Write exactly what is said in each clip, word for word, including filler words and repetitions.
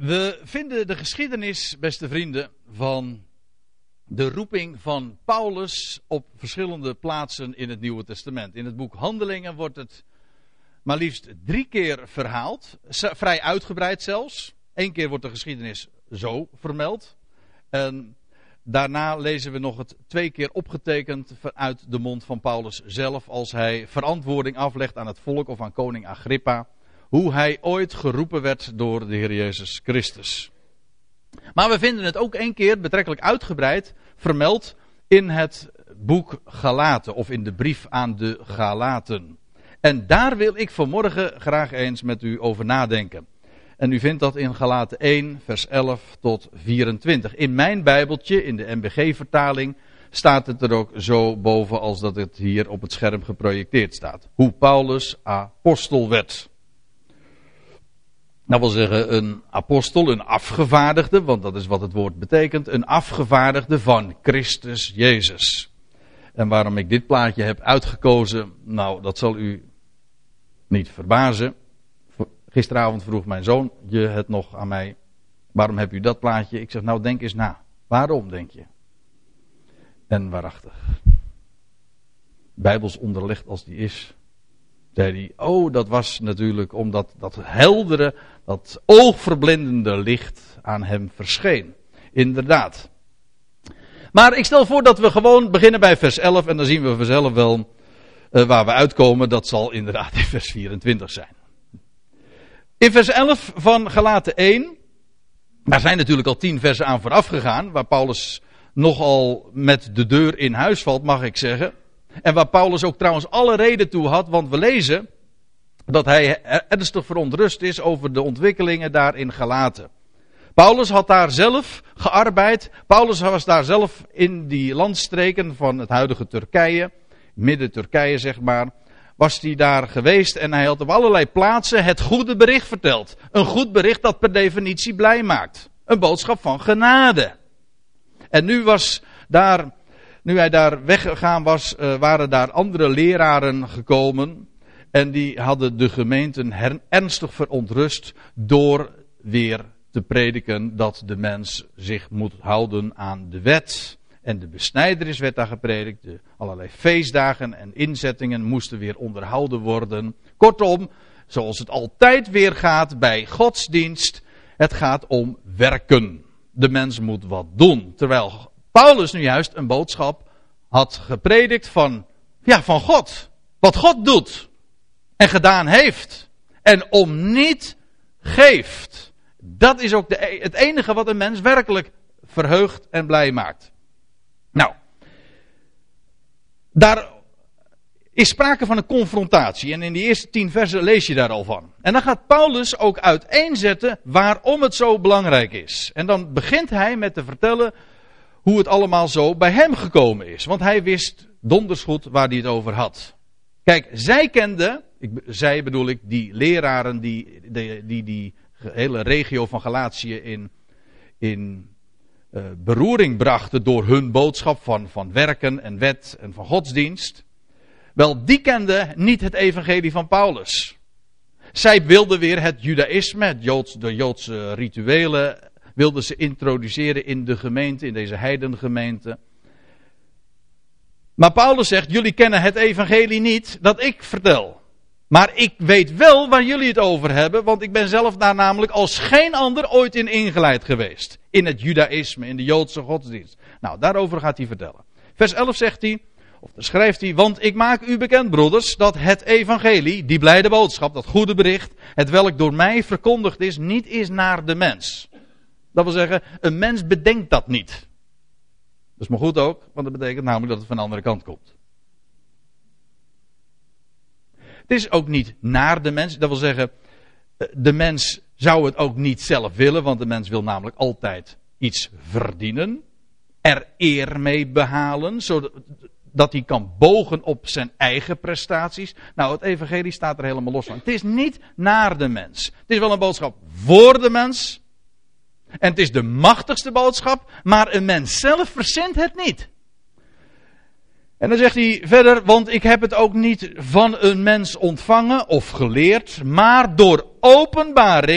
We vinden de geschiedenis, beste vrienden, van de roeping van Paulus op verschillende plaatsen in het Nieuwe Testament. In het boek Handelingen wordt het maar liefst drie keer verhaald, vrij uitgebreid zelfs. Eén keer wordt de geschiedenis zo vermeld. En daarna lezen we nog het twee keer opgetekend uit de mond van Paulus zelf, als hij verantwoording aflegt aan het volk of aan koning Agrippa, hoe hij ooit geroepen werd door de Heer Jezus Christus. Maar we vinden het ook één keer betrekkelijk uitgebreid vermeld in het boek Galaten, of in de brief aan de Galaten. En daar wil ik vanmorgen graag eens met u over nadenken. En u vindt dat in Galaten één, vers elf tot vierentwintig. In mijn Bijbeltje, in de N B G-vertaling, staat het er ook zo boven als dat het hier op het scherm geprojecteerd staat. Hoe Paulus apostel werd. Dat wil zeggen een apostel, een afgevaardigde, want dat is wat het woord betekent. Een afgevaardigde van Christus Jezus. En waarom ik dit plaatje heb uitgekozen, nou dat zal u niet verbazen. Gisteravond vroeg mijn zoon je het nog aan mij. Waarom heb u dat plaatje? Ik zeg nou denk eens na. Waarom denk je? En waarachtig. Bijbels onderlegd als die is. Zei hij, oh dat was natuurlijk omdat dat heldere, dat oogverblindende licht aan hem verscheen. Inderdaad. Maar ik stel voor dat we gewoon beginnen bij vers elf en dan zien we vanzelf wel uh, waar we uitkomen. Dat zal inderdaad in vers vierentwintig zijn. In vers elf van Galaten één, daar zijn natuurlijk al tien versen aan vooraf gegaan, waar Paulus nogal met de deur in huis valt, mag ik zeggen. En waar Paulus ook trouwens alle reden toe had, want we lezen dat hij ernstig verontrust is over de ontwikkelingen daar in Galaten. Paulus had daar zelf gearbeid. Paulus was daar zelf in die landstreken van het huidige Turkije, midden Turkije zeg maar, was hij daar geweest en hij had op allerlei plaatsen het goede bericht verteld. Een goed bericht dat per definitie blij maakt. Een boodschap van genade. En nu was daar, nu hij daar weggegaan was, uh, waren daar andere leraren gekomen en die hadden de gemeenten her- ernstig verontrust door weer te prediken dat de mens zich moet houden aan de wet. En de besnijderis werd daar gepredikt. De allerlei feestdagen en inzettingen moesten weer onderhouden worden. Kortom, zoals het altijd weer gaat bij godsdienst. Het gaat om werken. De mens moet wat doen. Terwijl Paulus nu juist een boodschap had gepredikt van, ja, van God. Wat God doet. En gedaan heeft. En om niet geeft. Dat is ook de, het enige wat een mens werkelijk verheugt en blij maakt. Nou, daar is sprake van een confrontatie. En in die eerste tien versen lees je daar al van. En dan gaat Paulus ook uiteenzetten waarom het zo belangrijk is. En dan begint hij met te vertellen hoe het allemaal zo bij hem gekomen is. Want hij wist donders goed waar hij het over had. Kijk, zij kenden, ik, zij bedoel ik, die leraren die die, die, die hele regio van Galatië in... in Uh, beroering brachten door hun boodschap van, van werken en wet en van godsdienst. Wel, die kenden niet het evangelie van Paulus. Zij wilden weer het judaïsme, het Joods, de Joodse rituelen, wilden ze introduceren in de gemeente, in deze heidengemeente. Maar Paulus zegt, jullie kennen het evangelie niet dat ik vertel. Maar ik weet wel waar jullie het over hebben, want ik ben zelf daar namelijk als geen ander ooit in ingeleid geweest. In het judaïsme, in de Joodse godsdienst. Nou, daarover gaat hij vertellen. Vers elf zegt hij, of dan schrijft hij, want ik maak u bekend, broeders, dat het evangelie, die blijde boodschap, dat goede bericht, het welk door mij verkondigd is, niet is naar de mens. Dat wil zeggen, een mens bedenkt dat niet. Dat is maar goed ook, want dat betekent namelijk dat het van de andere kant komt. Het is ook niet naar de mens. Dat wil zeggen, de mens zou het ook niet zelf willen. Want de mens wil namelijk altijd iets verdienen. Er eer mee behalen. Zodat hij kan bogen op zijn eigen prestaties. Nou, het evangelie staat er helemaal los van. Het is niet naar de mens. Het is wel een boodschap voor de mens. En het is de machtigste boodschap. Maar een mens zelf verzint het niet. En dan zegt hij verder, want ik heb het ook niet van een mens ontvangen of geleerd, maar door openbaring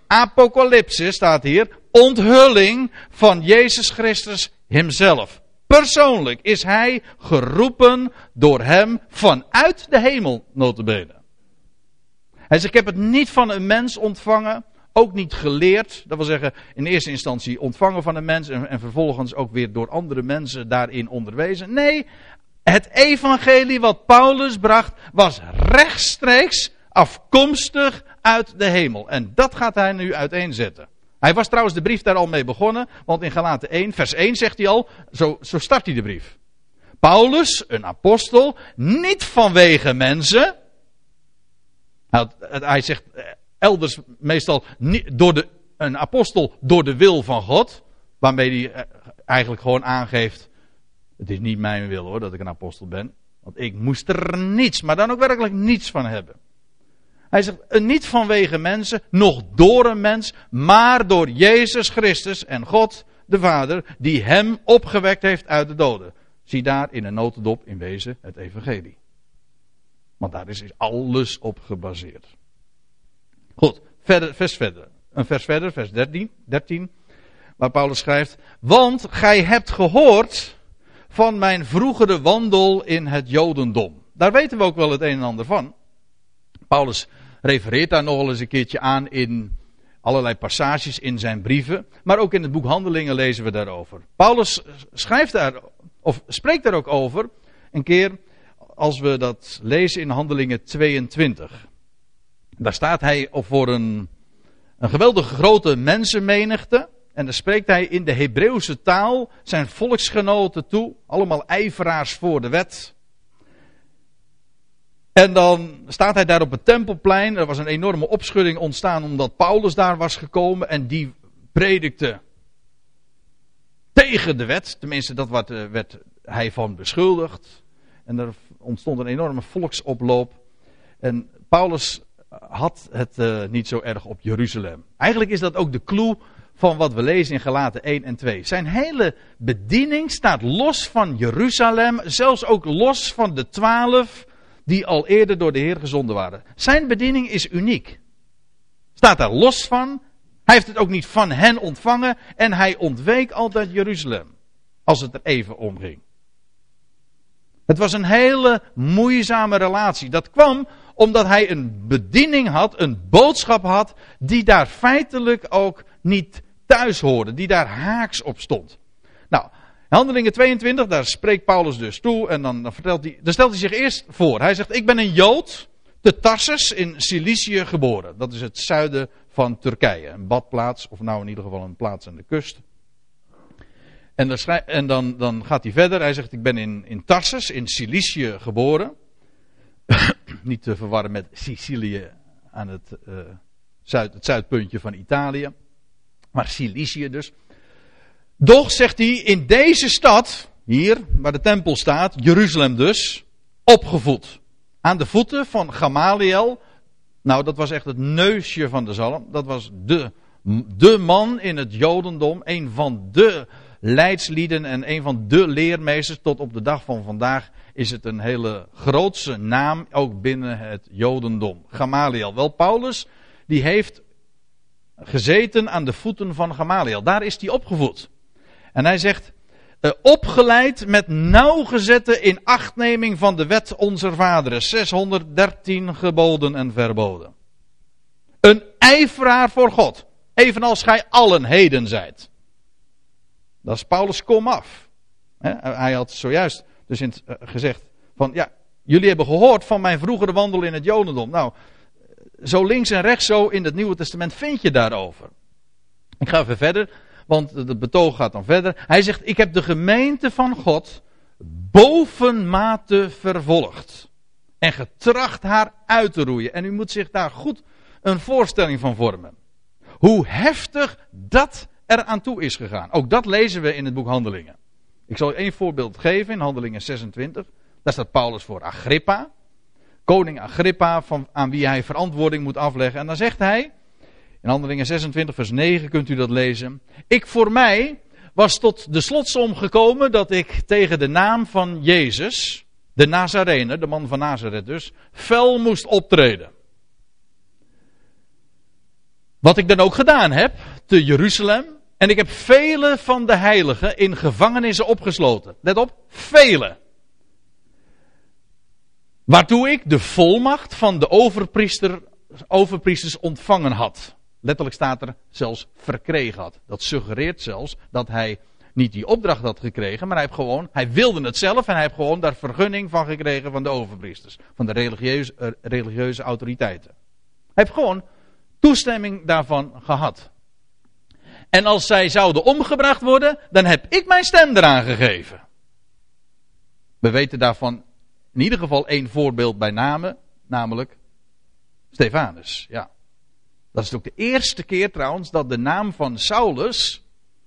Apocalypse staat hier. Onthulling van Jezus Christus hemzelf. Persoonlijk is hij geroepen door hem vanuit de hemel, nota bene. Hij zegt, ik heb het niet van een mens ontvangen, ook niet geleerd. Dat wil zeggen, in eerste instantie ontvangen van een mens en, en vervolgens ook weer door andere mensen daarin onderwezen. Nee, het evangelie wat Paulus bracht was rechtstreeks afkomstig uit de hemel. En dat gaat hij nu uiteenzetten. Hij was trouwens de brief daar al mee begonnen, want in Galaten één, vers één zegt hij al, zo, zo start hij de brief. Paulus, een apostel, niet vanwege mensen. Hij, hij zegt elders meestal niet door de, een apostel door de wil van God, waarmee hij eigenlijk gewoon aangeeft, het is niet mijn wil hoor, dat ik een apostel ben, want ik moest er niets, maar dan ook werkelijk niets van hebben. Hij zegt, niet vanwege mensen, nog door een mens, maar door Jezus Christus en God de Vader, die hem opgewekt heeft uit de doden. Zie daar in een notendop in wezen het evangelie. Want daar is alles op gebaseerd. Goed, verder, vers verder. Een vers verder, vers dertien, dertien, waar Paulus schrijft, want gij hebt gehoord van mijn vroegere wandel in het Jodendom. Daar weten we ook wel het een en ander van. Paulus refereert daar nogal eens een keertje aan in allerlei passages in zijn brieven. Maar ook in het boek Handelingen lezen we daarover. Paulus schrijft daar, of spreekt daar ook over, een keer als we dat lezen in Handelingen tweeëntwintig. Daar staat hij voor een, een geweldige grote mensenmenigte. En dan spreekt hij in de Hebreeuwse taal zijn volksgenoten toe. Allemaal ijveraars voor de wet. En dan staat hij daar op het Tempelplein. Er was een enorme opschudding ontstaan omdat Paulus daar was gekomen. En die predikte tegen de wet. Tenminste, dat werd hij van beschuldigd. En er ontstond een enorme volksoploop. En Paulus had het uh, niet zo erg op Jeruzalem. Eigenlijk is dat ook de clue van wat we lezen in Galaten één en twee. Zijn hele bediening staat los van Jeruzalem. Zelfs ook los van de twaalf die al eerder door de Heer gezonden waren. Zijn bediening is uniek. Staat daar los van. Hij heeft het ook niet van hen ontvangen. En hij ontweek altijd Jeruzalem. Als het er even om ging. Het was een hele moeizame relatie. Dat kwam omdat hij een bediening had, een boodschap had, die daar feitelijk ook niet thuis hoorde. Die daar haaks op stond. Nou, Handelingen tweeëntwintig, daar spreekt Paulus dus toe en dan, dan, vertelt hij, dan stelt hij zich eerst voor. Hij zegt, ik ben een Jood, te Tarsus in Cilicië geboren. Dat is het zuiden van Turkije. Een badplaats, of nou in ieder geval een plaats aan de kust. En, dan, schrijf, en dan, dan gaat hij verder. Hij zegt, ik ben in, in Tarsus, in Cilicië geboren. Niet te verwarren met Sicilië aan het, uh, zuid, het zuidpuntje van Italië. Maar Cilicië dus. Doch, zegt hij, in deze stad, hier waar de tempel staat, Jeruzalem dus, opgevoed. Aan de voeten van Gamaliel. Nou, dat was echt het neusje van de zalm. Dat was de, de man in het Jodendom. Een van de leidslieden en een van de leermeesters. Tot op de dag van vandaag is het een hele grootse naam, ook binnen het Jodendom. Gamaliel. Wel, Paulus, die heeft gezeten aan de voeten van Gamaliel. Daar is hij opgevoed. En hij zegt, uh, opgeleid met nauwgezette inachtneming van de wet onze vaderen. zeshonderddertien geboden en verboden. Een ijveraar voor God. Evenals gij allen heden zijt. Dat is Paulus komaf. He, hij had zojuist dus in het, uh, gezegd van ja, jullie hebben gehoord van mijn vroegere wandel in het Jodendom. Nou, zo links en rechts zo in het Nieuwe Testament vind je daarover. Ik ga even verder. Want het betoog gaat dan verder. Hij zegt, ik heb de gemeente van God bovenmate vervolgd. En getracht haar uit te roeien. En u moet zich daar goed een voorstelling van vormen. Hoe heftig dat er aan toe is gegaan. Ook dat lezen we in het boek Handelingen. Ik zal u één voorbeeld geven in Handelingen zesentwintig. Daar staat Paulus voor Agrippa. Koning Agrippa, van, aan wie hij verantwoording moet afleggen. En dan zegt hij... In Handelingen zesentwintig vers negen kunt u dat lezen. Ik voor mij was tot de slotsom gekomen dat ik tegen de naam van Jezus, de Nazarener, de man van Nazareth dus, fel moest optreden. Wat ik dan ook gedaan heb, te Jeruzalem. En ik heb vele van de heiligen in gevangenissen opgesloten. Let op, vele. Waartoe ik de volmacht van de overpriester, overpriesters ontvangen had. Letterlijk staat er zelfs verkregen had. Dat suggereert zelfs dat hij niet die opdracht had gekregen, maar hij, heeft gewoon, hij wilde het zelf en hij heeft gewoon daar vergunning van gekregen van de overpriesters. Van de religieuze, uh, religieuze autoriteiten. Hij heeft gewoon toestemming daarvan gehad. En als zij zouden omgebracht worden, dan heb ik mijn stem eraan gegeven. We weten daarvan in ieder geval één voorbeeld bij name, namelijk Stefanus. Ja. Dat is ook de eerste keer trouwens dat de naam van Saulus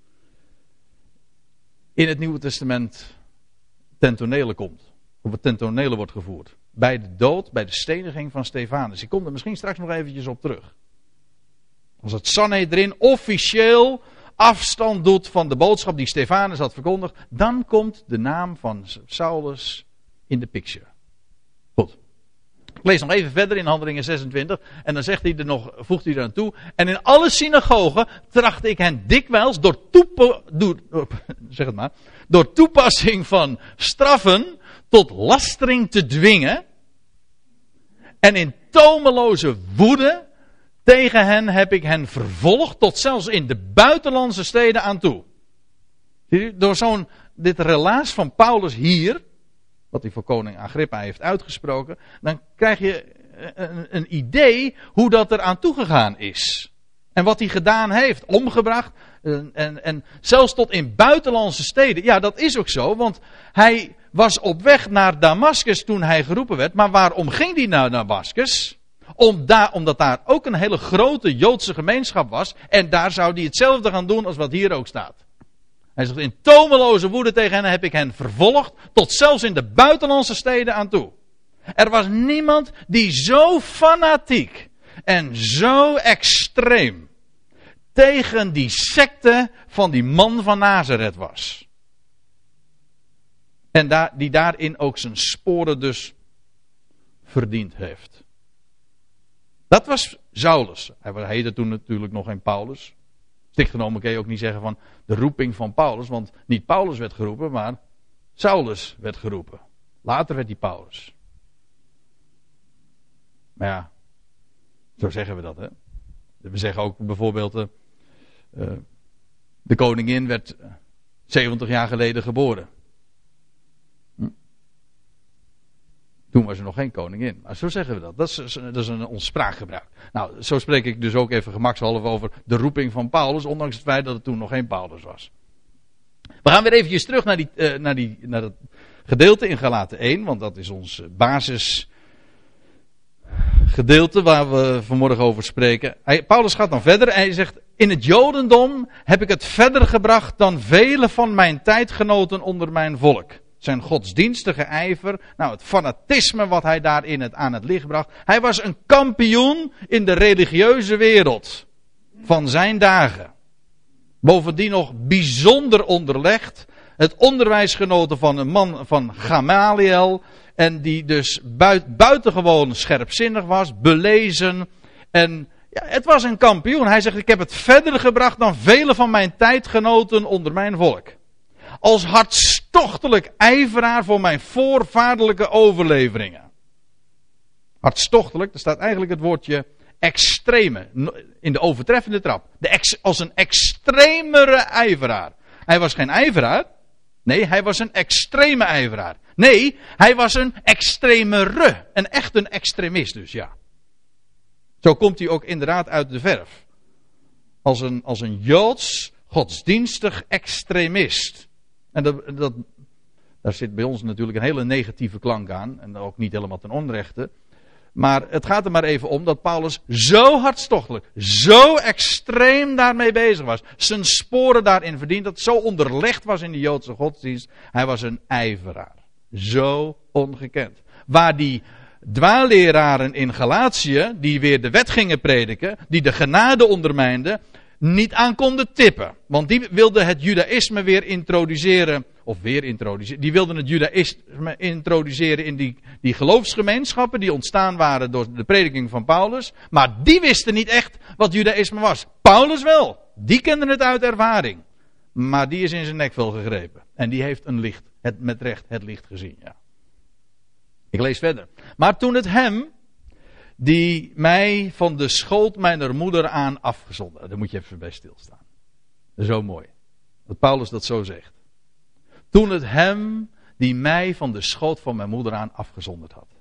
in het Nieuwe Testament ten tonele komt. Of het ten tonele wordt gevoerd. Bij de dood, bij de steniging van Stefanus. Ik kom er misschien straks nog eventjes op terug. Als het Sanhedrin officieel afstand doet van de boodschap die Stefanus had verkondigd, dan komt de naam van Saulus in de picture. Goed. Ik lees nog even verder in Handelingen zesentwintig. En dan zegt hij er nog, voegt hij er aan toe. En in alle synagogen trachtte ik hen dikwijls door, toepa, door, door, zeg het maar, door toepassing van straffen tot lastering te dwingen. En in tomeloze woede tegen hen heb ik hen vervolgd tot zelfs in de buitenlandse steden aan toe. Door zo'n, dit relaas van Paulus hier, wat hij voor koning Agrippa heeft uitgesproken, dan krijg je een, een idee hoe dat er aan toegegaan is. En wat hij gedaan heeft, omgebracht, en, en, en zelfs tot in buitenlandse steden. Ja, dat is ook zo, want hij was op weg naar Damascus toen hij geroepen werd. Maar waarom ging hij naar Damascus? Om daar, omdat daar ook een hele grote Joodse gemeenschap was. En daar zou hij hetzelfde gaan doen als wat hier ook staat. Hij zegt, in tomeloze woede tegen hen heb ik hen vervolgd, tot zelfs in de buitenlandse steden aan toe. Er was niemand die zo fanatiek en zo extreem tegen die secte van die man van Nazareth was. En daar, die daarin ook zijn sporen dus verdiend heeft. Dat was Saulus. Hij heette toen natuurlijk nog geen Paulus. Strikt genomen kun je ook niet zeggen van de roeping van Paulus, want niet Paulus werd geroepen, maar Saulus werd geroepen. Later werd hij Paulus. Maar ja, zo zeggen we dat, hè. We zeggen ook bijvoorbeeld, uh, uh, de koningin werd zeventig jaar geleden geboren. Hm? Toen was er nog geen koningin. Maar zo zeggen we dat. Dat is, dat is een, ons spraakgebruik. Nou, zo spreek ik dus ook even gemakshalve over de roeping van Paulus, ondanks het feit dat het toen nog geen Paulus was. We gaan weer eventjes terug naar, die, uh, naar, die, naar dat gedeelte in Galaten één, want dat is ons basisgedeelte waar we vanmorgen over spreken. Hij, Paulus gaat dan verder en hij zegt, in het Jodendom heb ik het verder gebracht dan vele van mijn tijdgenoten onder mijn volk. Zijn godsdienstige ijver, nou het fanatisme wat hij daarin het, aan het licht bracht. Hij was een kampioen in de religieuze wereld van zijn dagen. Bovendien nog bijzonder onderlegd. Het onderwijs genoten van een man van Gamaliel. En die dus buit, buitengewoon scherpzinnig was, belezen. En ja, het was een kampioen. Hij zegt, ik heb het verder gebracht dan vele van mijn tijdgenoten onder mijn volk. Als hartstochtelijk ijveraar voor mijn voorvaderlijke overleveringen. Hartstochtelijk, er staat eigenlijk het woordje extreme in de overtreffende trap. De ex, als een extremere ijveraar. Hij was geen ijveraar. Nee, hij was een extreme ijveraar. Nee, hij was een extremere. Een echt een extremist dus, ja. Zo komt hij ook inderdaad uit de verf. Als een, als een Joods godsdienstig extremist. En dat, dat, daar zit bij ons natuurlijk een hele negatieve klank aan. En ook niet helemaal ten onrechte. Maar het gaat er maar even om dat Paulus zo hartstochtelijk, zo extreem daarmee bezig was. Zijn sporen daarin verdiend, dat zo onderlegd was in de Joodse godsdienst. Hij was een ijveraar. Zo ongekend. Waar die dwaalleraren in Galatië, die weer de wet gingen prediken, die de genade ondermijnden, niet aan konden tippen. Want die wilden het judaïsme weer introduceren of weer introduceren. Die wilden het judaïsme introduceren in die, die geloofsgemeenschappen die ontstaan waren door de prediking van Paulus. Maar die wisten niet echt wat judaïsme was. Paulus wel. Die kende het uit ervaring. Maar die is in zijn nekvel gegrepen. En die heeft een licht, het, met recht het licht gezien. Ja. Ik lees verder. Maar toen het hem, die mij van de schoot mijner moeder aan afgezonden. Daar moet je even bij stilstaan. Zo mooi. Dat Paulus dat zo zegt. Toen het hem, die mij van de schoot van mijn moeder aan afgezonderd had.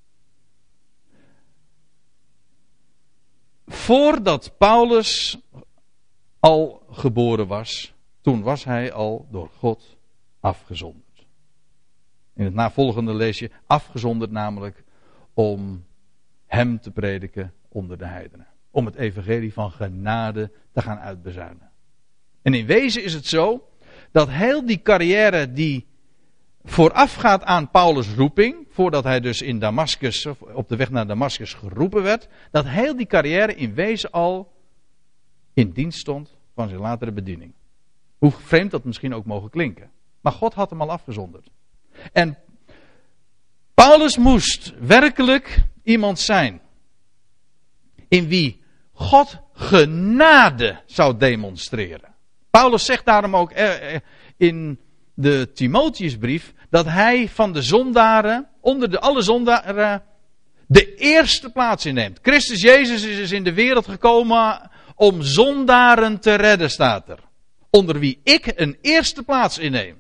Voordat Paulus al geboren was, toen was hij al door God afgezonderd. In het navolgende lees je afgezonderd namelijk om hem te prediken onder de heidenen. Om het evangelie van genade te gaan uitbezuinen. En in wezen is het zo dat heel die carrière die voorafgaat aan Paulus' roeping, voordat hij dus in Damascus, op de weg naar Damascus geroepen werd, dat heel die carrière in wezen al in dienst stond van zijn latere bediening. Hoe vreemd dat misschien ook mogen klinken. Maar God had hem al afgezonderd. En Paulus moest werkelijk iemand zijn in wie God genade zou demonstreren. Paulus zegt daarom ook in de Timotheusbrief dat hij van de zondaren, onder de alle zondaren, de eerste plaats inneemt. Christus Jezus is in de wereld gekomen om zondaren te redden, staat er. Onder wie ik een eerste plaats inneem.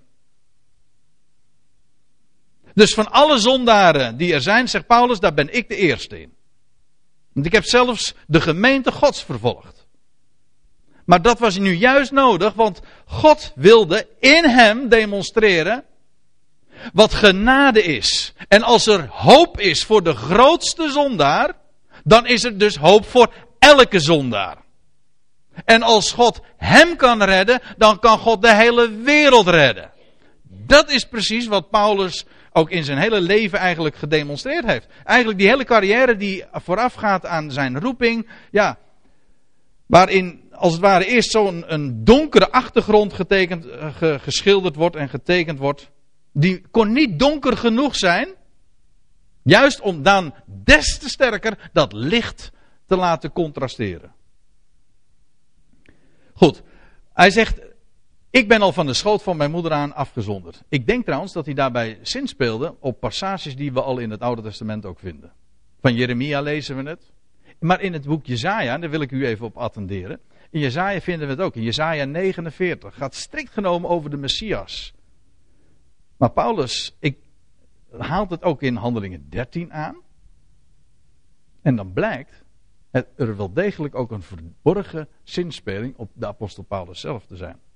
Dus van alle zondaren die er zijn, zegt Paulus, daar ben ik de eerste in. Want ik heb zelfs de gemeente Gods vervolgd. Maar dat was nu juist nodig, want God wilde in hem demonstreren wat genade is. En als er hoop is voor de grootste zondaar, dan is er dus hoop voor elke zondaar. En als God hem kan redden, dan kan God de hele wereld redden. Dat is precies wat Paulus ook in zijn hele leven eigenlijk gedemonstreerd heeft. Eigenlijk die hele carrière die voorafgaat aan zijn roeping, ja, waarin als het ware eerst zo'n een donkere achtergrond getekend, ge, geschilderd wordt en getekend wordt. Die kon niet donker genoeg zijn. Juist om dan des te sterker dat licht te laten contrasteren. Goed, hij zegt, ik ben al van de schoot van mijn moeder aan afgezonderd. Ik denk trouwens dat hij daarbij zinspeelde op passages die we al in het Oude Testament ook vinden. Van Jeremia lezen we het. Maar in het boek Jesaja, daar wil ik u even op attenderen. In Jesaja vinden we het ook. In Jesaja negenenveertig gaat strikt genomen over de Messias. Maar Paulus ik, haalt het ook in Handelingen dertien aan. En dan blijkt het er wel degelijk ook een verborgen zinspeling op de apostel Paulus zelf te zijn.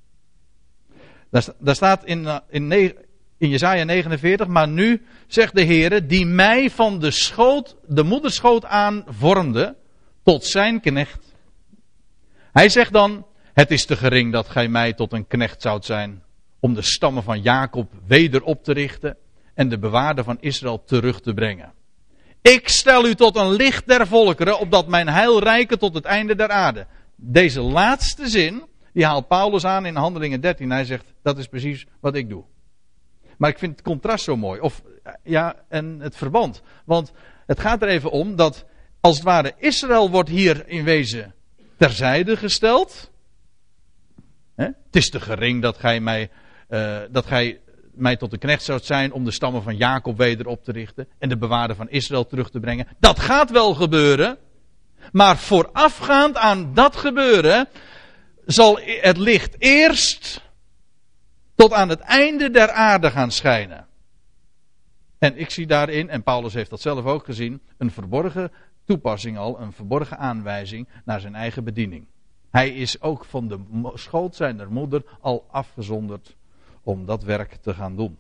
Daar, daar staat in, in, in Jesaja negenenveertig, maar nu zegt de Heere, die mij van de schoot, de moederschoot aan vormde, tot zijn knecht. Hij zegt dan, het is te gering dat gij mij tot een knecht zoudt zijn, om de stammen van Jacob weder op te richten en de bewaarder van Israël terug te brengen. Ik stel u tot een licht der volkeren, opdat mijn heil rijke tot het einde der aarde. Deze laatste zin, die haalt Paulus aan in Handelingen dertien. Hij zegt, dat is precies wat ik doe. Maar ik vind het contrast zo mooi. Of, ja, en het verband. Want het gaat er even om dat, als het ware, Israël wordt hier in wezen terzijde gesteld. Hè? Het is te gering dat gij mij, uh, dat gij mij tot de knecht zoudt zijn om de stammen van Jacob weder op te richten en de bewaarder van Israël terug te brengen. Dat gaat wel gebeuren. Maar voorafgaand aan dat gebeuren zal het licht eerst tot aan het einde der aarde gaan schijnen. En ik zie daarin, en Paulus heeft dat zelf ook gezien, een verborgen toepassing al, een verborgen aanwijzing naar zijn eigen bediening. Hij is ook van de schoot zijner moeder al afgezonderd om dat werk te gaan doen.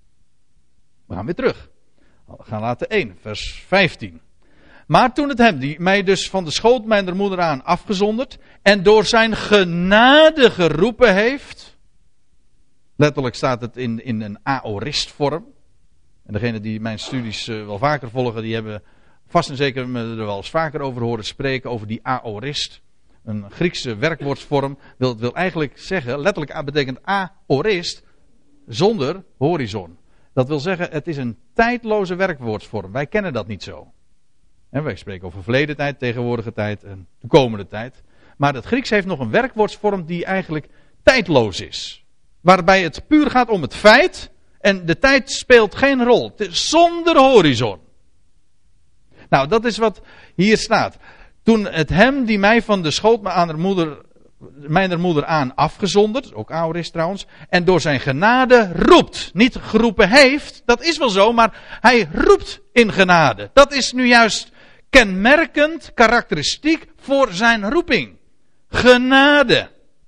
We gaan weer terug. We gaan laten één, vers vijftien. Maar toen het hem, die mij dus van de schoot mijner moeder aan afgezonderd en door zijn genade geroepen heeft. Letterlijk staat het in, in een aoristvorm. En degenen die mijn studies uh, wel vaker volgen, die hebben vast en zeker me er wel eens vaker over horen spreken, over die aorist. Een Griekse werkwoordsvorm wil, wil eigenlijk zeggen, letterlijk betekent aorist, zonder horizon. Dat wil zeggen, het is een tijdloze werkwoordsvorm. Wij kennen dat niet zo. En wij spreken over verleden tijd, tegenwoordige tijd en toekomende tijd. Maar het Grieks heeft nog een werkwoordsvorm die eigenlijk tijdloos is. Waarbij het puur gaat om het feit en de tijd speelt geen rol. Het is zonder horizon. Nou, dat is wat hier staat. Toen het hem die mij van de schoot aan de moeder, mijner moeder aan afgezonderd, ook Aoris trouwens, en door zijn genade roept. Niet geroepen heeft, dat is wel zo, maar hij roept in genade. Dat is nu juist kenmerkend, karakteristiek voor zijn roeping. Genade.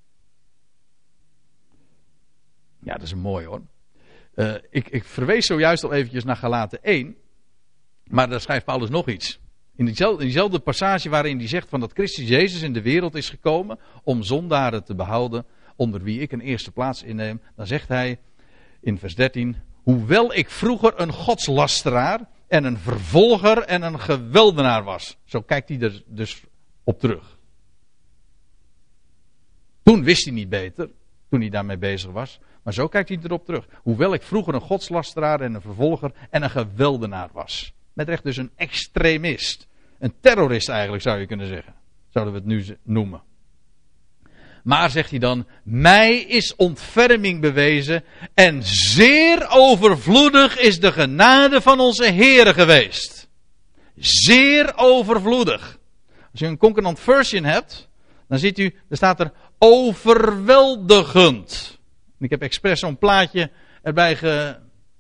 Ja, dat is een mooi hoor. Uh, ik, ik verwees zojuist al eventjes naar Galaten één. Maar daar schrijft Paulus nog iets. In diezelfde, in diezelfde passage waarin hij zegt van dat Christus Jezus in de wereld is gekomen om zondaren te behouden, onder wie ik een eerste plaats inneem. Dan zegt hij in vers dertien, hoewel ik vroeger een godslasteraar en een vervolger en een geweldenaar was. Zo kijkt hij er dus op terug. Toen wist hij niet beter, toen hij daarmee bezig was. Maar zo kijkt hij erop terug. Hoewel ik vroeger een godslasteraar en een vervolger en een geweldenaar was. Met recht dus een extremist. Een terrorist eigenlijk zou je kunnen zeggen. Zouden we het nu noemen. Maar zegt hij dan, mij is ontferming bewezen en zeer overvloedig is de genade van onze Heere geweest. Zeer overvloedig. Als je een concordant version hebt, dan ziet u, er staat er overweldigend. Ik heb expres zo'n plaatje erbij, ge,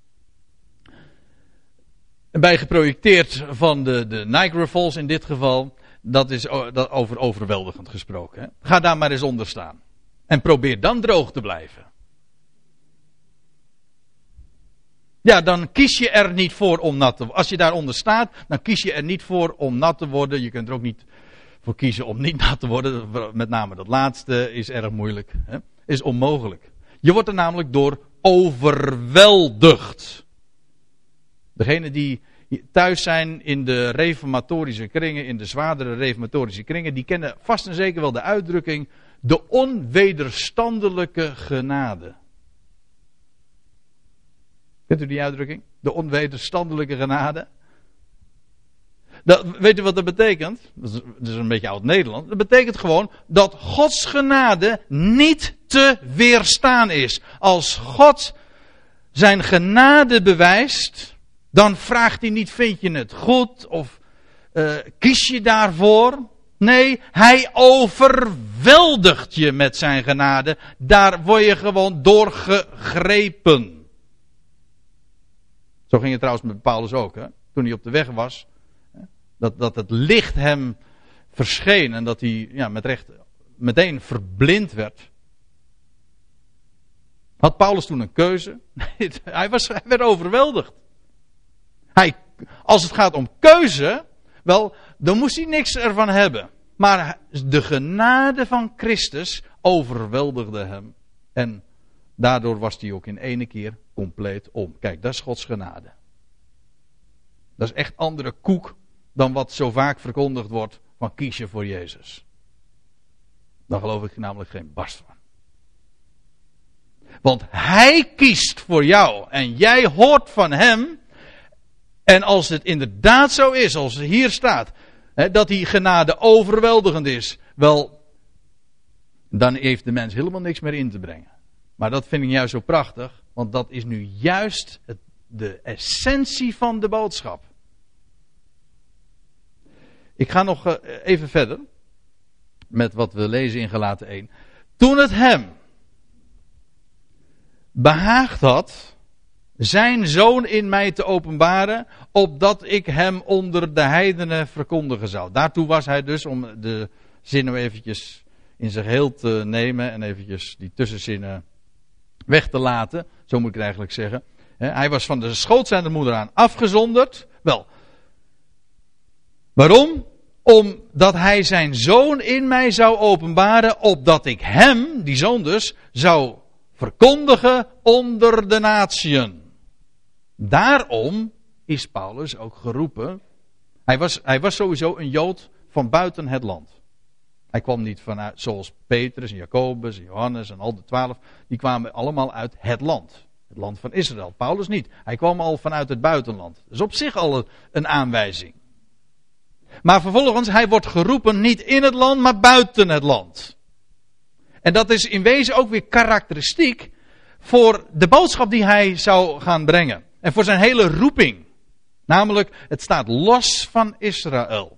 erbij geprojecteerd van de, de Niagara Falls in dit geval. Dat is dat over overweldigend gesproken. Hè? Ga daar maar eens onder staan. En probeer dan droog te blijven. Ja, dan kies je er niet voor om nat te worden. Als je daaronder staat, dan kies je er niet voor om nat te worden. Je kunt er ook niet voor kiezen om niet nat te worden. Met name dat laatste is erg moeilijk. Hè? Is onmogelijk. Je wordt er namelijk door overweldigd. Degenen die thuis zijn in de reformatorische kringen, in de zwaardere reformatorische kringen, die kennen vast en zeker wel de uitdrukking, de onwederstandelijke genade. Kent u die uitdrukking? De onwederstandelijke genade? Dat, weet u wat dat betekent? Dat is, dat is een beetje oud-Nederland. Dat betekent gewoon dat Gods genade niet te weerstaan is. Als God zijn genade bewijst, dan vraagt hij niet, vind je het goed? Of uh, kies je daarvoor? Nee, hij overweldigt je met zijn genade. Daar word je gewoon door gegrepen. Zo ging het trouwens met Paulus ook, hè? Toen hij op de weg was. Dat, dat het licht hem verscheen en dat hij ja, met recht meteen verblind werd. Had Paulus toen een keuze? Nee, hij, was, hij werd overweldigd. Hij, als het gaat om keuze, wel, dan moest hij niks ervan hebben. Maar de genade van Christus overweldigde hem. En daardoor was hij ook in ene keer compleet om. Kijk, dat is Gods genade. Dat is echt andere koek dan wat zo vaak verkondigd wordt van kies je voor Jezus. Daar geloof ik namelijk geen barst van. Want hij kiest voor jou en jij hoort van hem. En als het inderdaad zo is, als het hier staat, hè, dat die genade overweldigend is, wel, dan heeft de mens helemaal niks meer in te brengen. Maar dat vind ik juist zo prachtig, want dat is nu juist het, de essentie van de boodschap. Ik ga nog uh, even verder met wat we lezen in Galaten één. Toen het hem behaagd had zijn zoon in mij te openbaren, opdat ik hem onder de heidenen verkondigen zou. Daartoe was hij dus, om de zinnen eventjes in zijn geheel te nemen en eventjes die tussenzinnen weg te laten, zo moet ik het eigenlijk zeggen. Hij was van de schoot zijner moeder aan afgezonderd. Wel, waarom? Omdat hij zijn zoon in mij zou openbaren, opdat ik hem, die zoon dus, zou verkondigen onder de natieën. Daarom is Paulus ook geroepen. Hij was, hij was sowieso een Jood van buiten het land. Hij kwam niet vanuit, zoals Petrus en Jacobus en Johannes en al de twaalf. Die kwamen allemaal uit het land. Het land van Israël. Paulus niet. Hij kwam al vanuit het buitenland. Dat is op zich al een aanwijzing. Maar vervolgens, hij wordt geroepen niet in het land, maar buiten het land. En dat is in wezen ook weer karakteristiek voor de boodschap die hij zou gaan brengen. En voor zijn hele roeping. Namelijk, het staat los van Israël.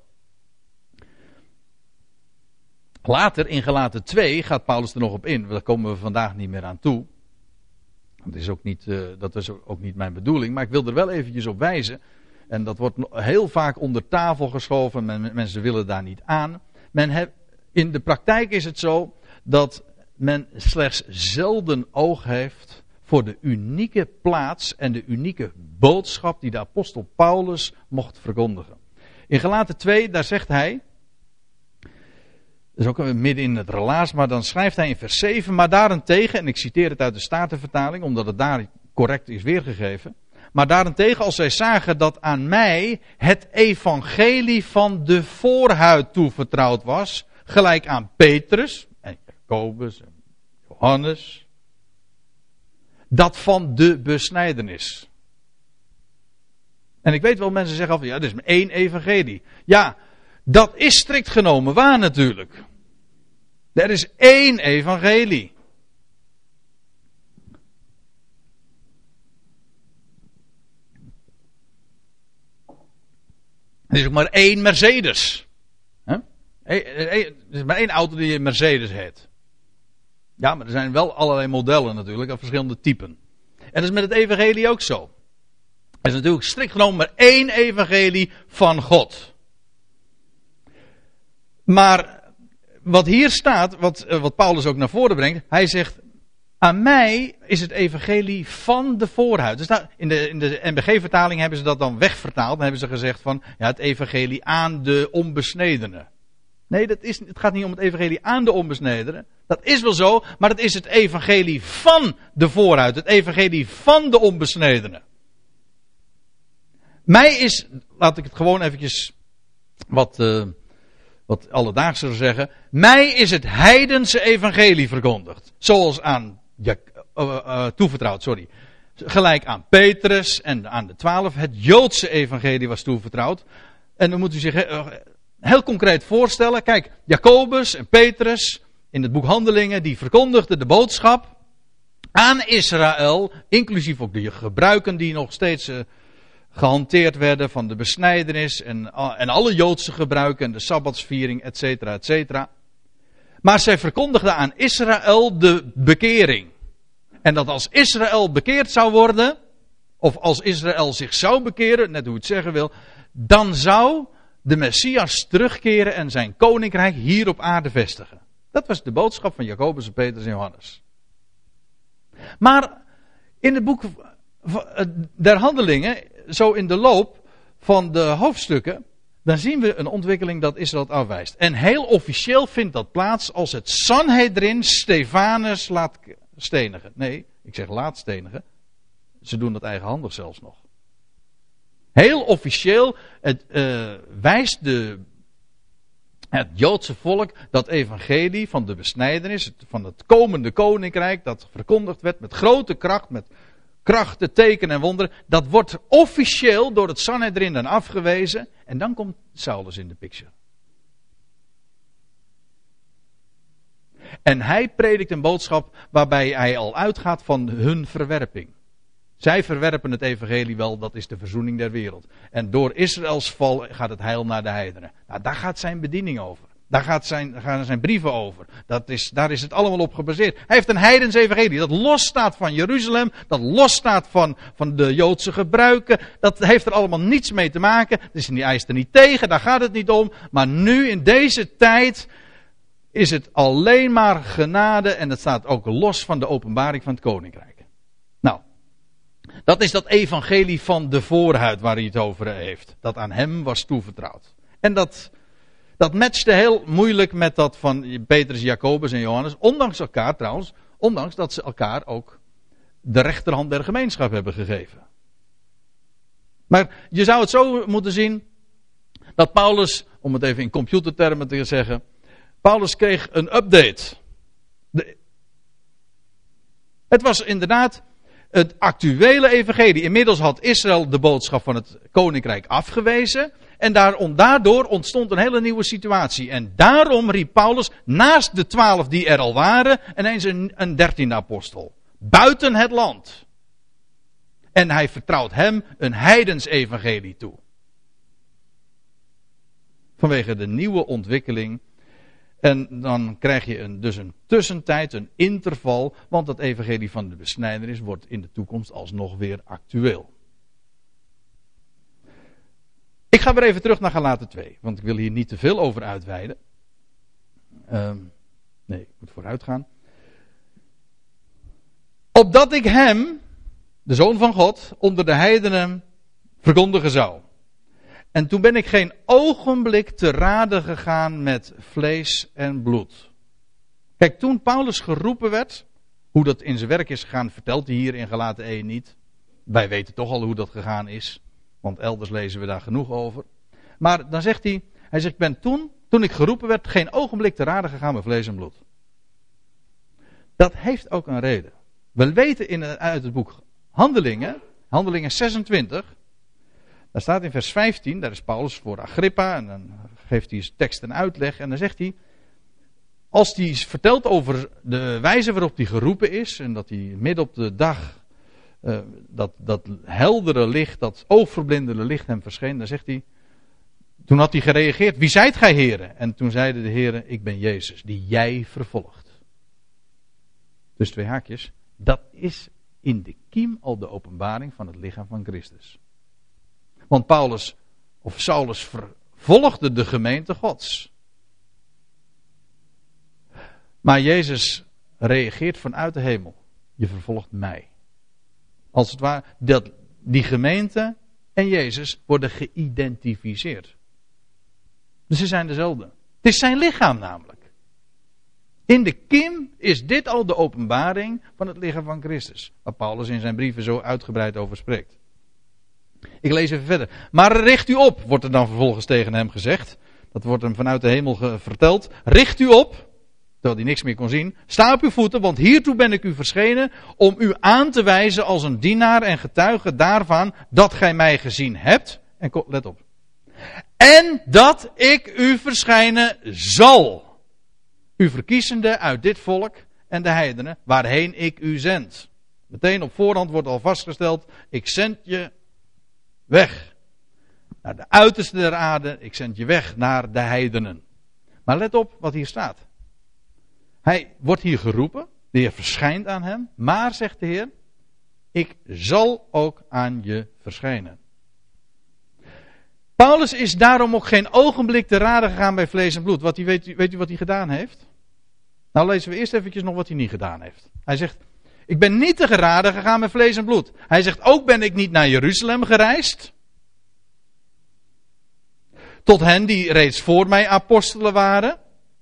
Later, in Galaten twee, gaat Paulus er nog op in. Daar komen we vandaag niet meer aan toe. Dat is ook niet, uh, dat is ook niet mijn bedoeling. Maar ik wil er wel eventjes op wijzen. En dat wordt heel vaak onder tafel geschoven. Men, mensen willen daar niet aan. Men heb, in de praktijk is het zo dat men slechts zelden oog heeft voor de unieke plaats en de unieke boodschap die de apostel Paulus mocht verkondigen. In Galaten twee, daar zegt hij, dat is ook midden in het relaas, maar dan schrijft hij in vers zeven, maar daarentegen, en ik citeer het uit de Statenvertaling, omdat het daar correct is weergegeven, maar daarentegen als zij zagen dat aan mij het evangelie van de voorhuid toevertrouwd was, gelijk aan Petrus en Jacobus en Johannes, dat van de besnijdenis. En ik weet wel, mensen zeggen al, ja, er is maar één evangelie. Ja, dat is strikt genomen waar natuurlijk. Er is één evangelie. Er is ook maar één Mercedes. Huh? Er is maar één auto die een Mercedes heet. Ja, maar er zijn wel allerlei modellen natuurlijk, en verschillende typen. En dat is met het evangelie ook zo. Er is natuurlijk strikt genomen maar één evangelie van God. Maar wat hier staat, wat, wat Paulus ook naar voren brengt, hij zegt, aan mij is het evangelie van de voorhuid. Dus daar, in de, in de N B G-vertaling hebben ze dat dan wegvertaald. Dan hebben ze gezegd van, ja, het evangelie aan de onbesnedenen. Nee, dat is, het gaat niet om het evangelie aan de onbesnedenen. Dat is wel zo, maar het is het evangelie van de voorhuid. Het evangelie van de onbesnedenen. Mij is, laat ik het gewoon eventjes wat, uh, wat alledaagser zeggen. Mij is het heidense evangelie verkondigd. Zoals aan, ja, uh, uh, toevertrouwd, sorry. Gelijk aan Petrus en aan de twaalf. Het Joodse evangelie was toevertrouwd. En dan moet u zich uh, heel concreet voorstellen. Kijk, Jacobus en Petrus in het boek Handelingen, die verkondigden de boodschap aan Israël. Inclusief ook de gebruiken die nog steeds uh, gehanteerd werden van de besnijdenis en, en alle Joodse gebruiken en de Sabbatsviering, et cetera, et cetera. Maar zij verkondigden aan Israël de bekering. En dat als Israël bekeerd zou worden, of als Israël zich zou bekeren, net hoe het zeggen wil, dan zou de Messias terugkeren en zijn koninkrijk hier op aarde vestigen. Dat was de boodschap van Jacobus, Petrus en Johannes. Maar in het boek der Handelingen, zo in de loop van de hoofdstukken, dan zien we een ontwikkeling dat Israël het afwijst. En heel officieel vindt dat plaats als het Sanhedrin Stefanus laat stenigen. Nee, ik zeg laat stenigen. Ze doen dat eigenhandig zelfs nog. Heel officieel het, uh, wijst de, het Joodse volk dat evangelie van de besnijdenis, van het komende koninkrijk, dat verkondigd werd met grote kracht, met krachten, tekenen en wonderen, dat wordt officieel door het Sanhedrin dan afgewezen. En dan komt Saulus in de picture. En hij predikt een boodschap waarbij hij al uitgaat van hun verwerping. Zij verwerpen het evangelie wel, dat is de verzoening der wereld. En door Israëls val gaat het heil naar de heidenen. Nou, daar gaat zijn bediening over. Daar gaat zijn, daar gaan zijn brieven over. Dat is, daar is het allemaal op gebaseerd. Hij heeft een heidens evangelie dat losstaat van Jeruzalem. Dat losstaat van, van de Joodse gebruiken. Dat heeft er allemaal niets mee te maken. Dus die eist er niet tegen, daar gaat het niet om. Maar nu in deze tijd is het alleen maar genade. En het staat ook los van de openbaring van het koninkrijk. Nou, dat is dat evangelie van de voorhuid waar hij het over heeft. Dat aan hem was toevertrouwd. En dat... Dat matchte heel moeilijk met dat van Petrus, Jacobus en Johannes. Ondanks elkaar trouwens. Ondanks dat ze elkaar ook de rechterhand der gemeenschap hebben gegeven. Maar je zou het zo moeten zien. Dat Paulus, om het even in computertermen te zeggen. Paulus kreeg een update. De, het was inderdaad. het actuele evangelie. Inmiddels had Israël de boodschap van het koninkrijk afgewezen. En daarom, daardoor ontstond een hele nieuwe situatie. En daarom riep Paulus naast de twaalf die er al waren, ineens een, een dertiende apostel. Buiten het land. En hij vertrouwt hem een heidens evangelie toe. Vanwege de nieuwe ontwikkeling. En dan krijg je een, dus een tussentijd, een interval. Want het evangelie van de besnijdenis wordt in de toekomst alsnog weer actueel. Ik ga weer even terug naar Galaten twee. Want ik wil hier niet te veel over uitweiden. Um, nee, ik moet vooruit gaan. Opdat ik hem, de Zoon van God, onder de heidenen verkondigen zou. En toen ben ik geen ogenblik te rade gegaan met vlees en bloed. Kijk, toen Paulus geroepen werd, hoe dat in zijn werk is gegaan, vertelt hij hier in Galaten één niet. Wij weten toch al hoe dat gegaan is, want elders lezen we daar genoeg over. Maar dan zegt hij, hij zegt, ik ben toen, toen ik geroepen werd, geen ogenblik te rade gegaan met vlees en bloed. Dat heeft ook een reden. We weten in, uit het boek Handelingen, Handelingen zesentwintig... Daar staat in vers vijftien, daar is Paulus voor Agrippa en dan geeft hij tekst en uitleg en dan zegt hij, als hij vertelt over de wijze waarop hij geroepen is en dat hij midden op de dag uh, dat, dat heldere licht, dat oogverblindende licht hem verscheen, dan zegt hij, toen had hij gereageerd, wie zijt gij heren? En toen zeiden de heren, ik ben Jezus, die jij vervolgt. Dus twee haakjes, dat is in de kiem al de openbaring van het lichaam van Christus. Want Paulus, of Saulus, vervolgde de gemeente Gods. Maar Jezus reageert vanuit de hemel. Je vervolgt mij. Als het ware, dat die gemeente en Jezus worden geïdentificeerd. Dus ze zijn dezelfde. Het is zijn lichaam namelijk. In de kiem is dit al de openbaring van het lichaam van Christus. Waar Paulus in zijn brieven zo uitgebreid over spreekt. Ik lees even verder. Maar richt u op, wordt er dan vervolgens tegen hem gezegd. Dat wordt hem vanuit de hemel ge- verteld. Richt u op, terwijl hij niks meer kon zien. Sta op uw voeten, want hiertoe ben ik u verschenen. Om u aan te wijzen als een dienaar en getuige daarvan dat gij mij gezien hebt. En ko- let op. En dat ik u verschijnen zal. U verkiezende uit dit volk en de heidenen, waarheen ik u zend. Meteen op voorhand wordt al vastgesteld, ik zend je weg. Naar de uiterste der aarde, ik zend je weg naar de heidenen. Maar let op wat hier staat. Hij wordt hier geroepen, de Heer verschijnt aan hem, maar zegt de Heer, ik zal ook aan je verschijnen. Paulus is daarom ook geen ogenblik te rade gegaan bij vlees en bloed. Wat hij, weet, weet u wat hij gedaan heeft? Nou lezen we eerst eventjes nog wat hij niet gedaan heeft. Hij zegt, ik ben niet te geraden gegaan met vlees en bloed. Hij zegt, ook ben ik niet naar Jeruzalem gereisd. Tot hen die reeds voor mij apostelen waren.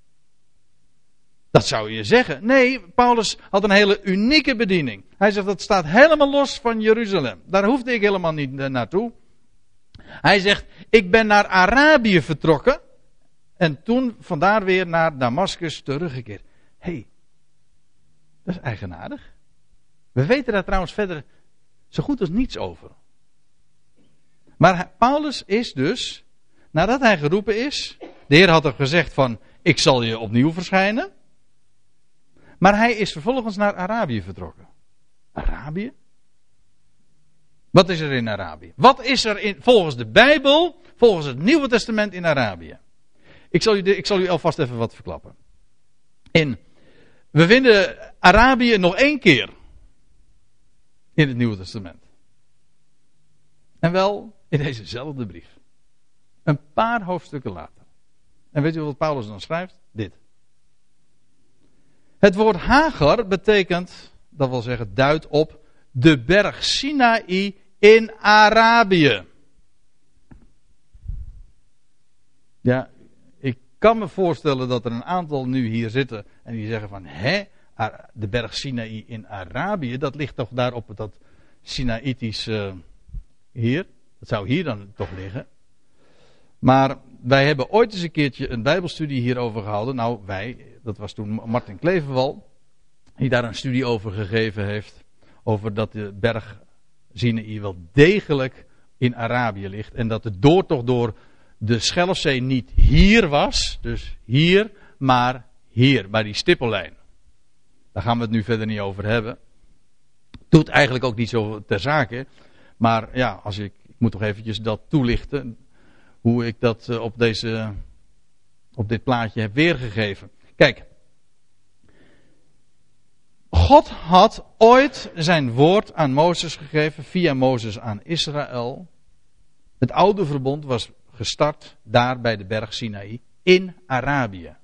Dat zou je zeggen. Nee, Paulus had een hele unieke bediening. Hij zegt, dat staat helemaal los van Jeruzalem. Daar hoefde ik helemaal niet naartoe. Hij zegt, ik ben naar Arabië vertrokken. En toen vandaar weer naar Damascus teruggekeerd. Hé, hey, dat is eigenaardig. We weten daar trouwens verder zo goed als niets over. Maar Paulus is dus, nadat hij geroepen is, de Heer had er gezegd van, ik zal je opnieuw verschijnen. Maar hij is vervolgens naar Arabië vertrokken. Arabië? Wat is er in Arabië? Wat is er in, volgens de Bijbel, volgens het Nieuwe Testament in Arabië? Ik zal u, de, ik zal u alvast even wat verklappen. In, we vinden Arabië nog één keer in het Nieuwe Testament. En wel in dezezelfde brief. Een paar hoofdstukken later. En weet u wat Paulus dan schrijft? Dit. Het woord Hagar betekent, dat wil zeggen, duidt op de berg Sinaï in Arabië. Ja, ik kan me voorstellen dat er een aantal nu hier zitten en die zeggen van, hè, de berg Sinaï in Arabië, dat ligt toch daar op dat Sinaïtisch uh, hier. Dat zou hier dan toch liggen. Maar wij hebben ooit eens een keertje een bijbelstudie hierover gehouden. Nou, wij, dat was toen Martin Kleverwal, die daar een studie over gegeven heeft. over dat de berg Sinaï wel degelijk in Arabië ligt. En dat de doortocht door de Schelfzee niet hier was, dus hier, maar hier, bij die stippellijn. Daar gaan we het nu verder niet over hebben. Doet eigenlijk ook niet zo ter zake. Maar ja, als ik, ik moet toch eventjes dat toelichten. Hoe ik dat uh, op, deze, op dit plaatje heb weergegeven. Kijk. God had ooit zijn woord aan Mozes gegeven. Via Mozes aan Israël. Het oude verbond was gestart daar bij de berg Sinaï. In Arabië.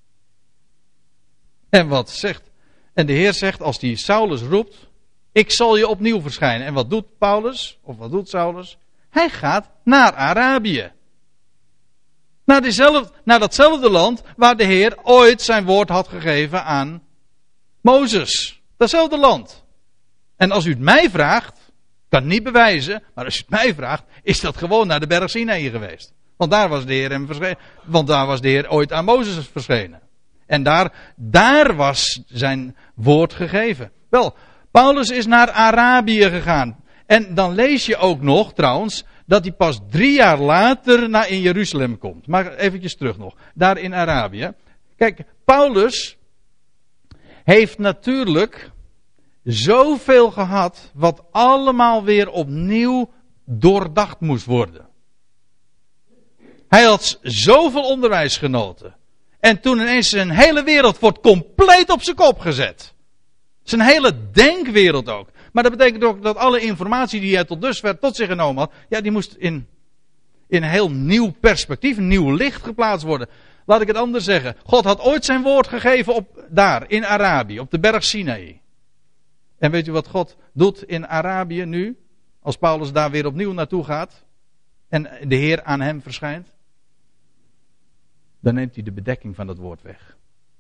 En wat zegt? En de Heer zegt als die Saulus roept. Ik zal je opnieuw verschijnen. En wat doet Paulus? Of wat doet Saulus? Hij gaat naar Arabië. Naar, diezelfde, naar datzelfde land waar de Heer ooit zijn woord had gegeven aan Mozes. Datzelfde land. En als u het mij vraagt, ik kan het niet bewijzen, maar als u het mij vraagt, is dat gewoon naar de berg Sinaï geweest. Want daar was de Heer hem verschenen. Want daar was de Heer ooit aan Mozes verschenen. En daar, daar was zijn woord gegeven. Wel, Paulus is naar Arabië gegaan. En dan lees je ook nog, trouwens, dat hij pas drie jaar later naar in Jeruzalem komt. Maar eventjes terug nog. Daar in Arabië. Kijk, Paulus heeft natuurlijk zoveel gehad wat allemaal weer opnieuw doordacht moest worden. Hij had zoveel onderwijs genoten. En toen ineens zijn hele wereld wordt compleet op zijn kop gezet. Zijn hele denkwereld ook. Maar dat betekent ook dat alle informatie die hij tot dusver tot zich genomen had, ja, die moest in, in een heel nieuw perspectief, een nieuw licht geplaatst worden. Laat ik het anders zeggen. God had ooit zijn woord gegeven op, daar, in Arabië, op de berg Sinaï. En weet u wat God doet in Arabië nu? Als Paulus daar weer opnieuw naartoe gaat en de Heer aan hem verschijnt. Dan neemt hij de bedekking van dat woord weg.